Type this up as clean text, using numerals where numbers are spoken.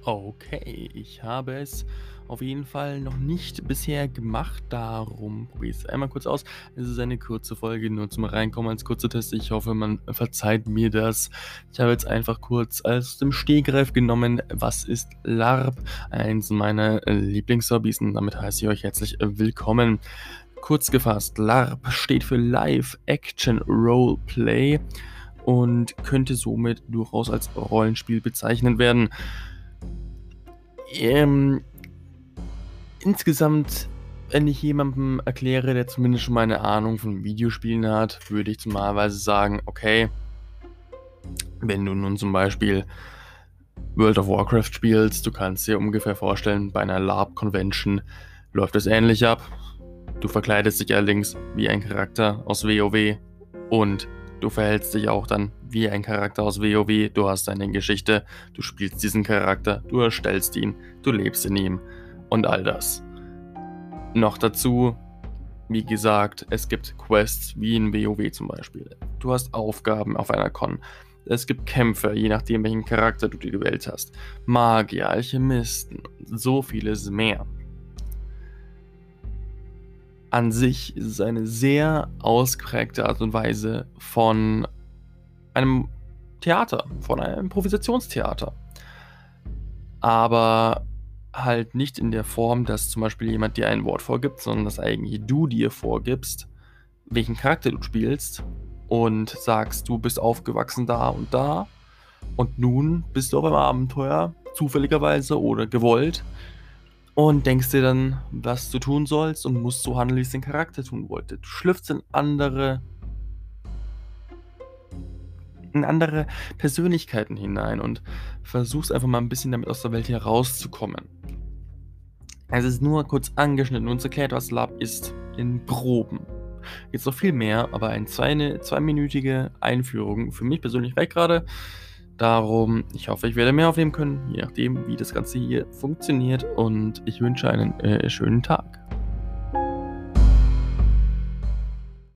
Okay, ich habe es auf jeden Fall noch nicht bisher gemacht, darum probiere ich es einmal kurz aus. Es ist eine kurze Folge, nur zum Reinkommen als kurzer Test. Ich hoffe, man verzeiht mir das. Ich habe jetzt einfach kurz aus dem Stehgreif genommen, was ist LARP? Eins meiner Lieblingshobbys und damit heiße ich euch herzlich willkommen. Kurz gefasst, LARP steht für Live Action Roleplay und könnte somit durchaus als Rollenspiel bezeichnet werden. Ähm, insgesamt, wenn ich jemandem erkläre, der zumindest schon mal eine Ahnung von Videospielen hat, würde ich normalerweise sagen, okay, wenn du nun zum Beispiel World of Warcraft spielst, du kannst dir ungefähr vorstellen, bei einer LARP-Convention läuft es ähnlich ab. Du verkleidest dich allerdings wie ein Charakter aus WoW und du verhältst dich auch dann wie ein Charakter aus WoW. Du hast deine Geschichte, du spielst diesen Charakter, du erstellst ihn, du lebst in ihm und all das. Noch dazu, wie gesagt, es gibt Quests wie in WoW zum Beispiel. Du hast Aufgaben auf einer Con. Es gibt Kämpfe, je nachdem, welchen Charakter du dir gewählt hast. Magier, Alchemisten, so vieles mehr. An sich ist es eine sehr ausgeprägte Art und Weise von einem Theater, von einem Improvisationstheater. Aber halt nicht in der Form, dass zum Beispiel jemand dir ein Wort vorgibt, sondern dass eigentlich du dir vorgibst, welchen Charakter du spielst und sagst, du bist aufgewachsen da und nun bist du auf einem Abenteuer, zufälligerweise oder gewollt, und denkst dir dann, was du tun sollst und musst so handeln, wie es den Charakter tun wollte. Du schlüpfst in andere Persönlichkeiten hinein und versuchst einfach mal ein bisschen damit aus der Welt herauszukommen. Es ist nur kurz angeschnitten und uns erklärt, was LARP ist, in Proben. Jetzt noch viel mehr, aber eine zweiminütige Einführung für mich persönlich weg gerade. Darum, ich hoffe, ich werde mehr aufnehmen können, je nachdem, wie das Ganze hier funktioniert. Und ich wünsche einen schönen Tag.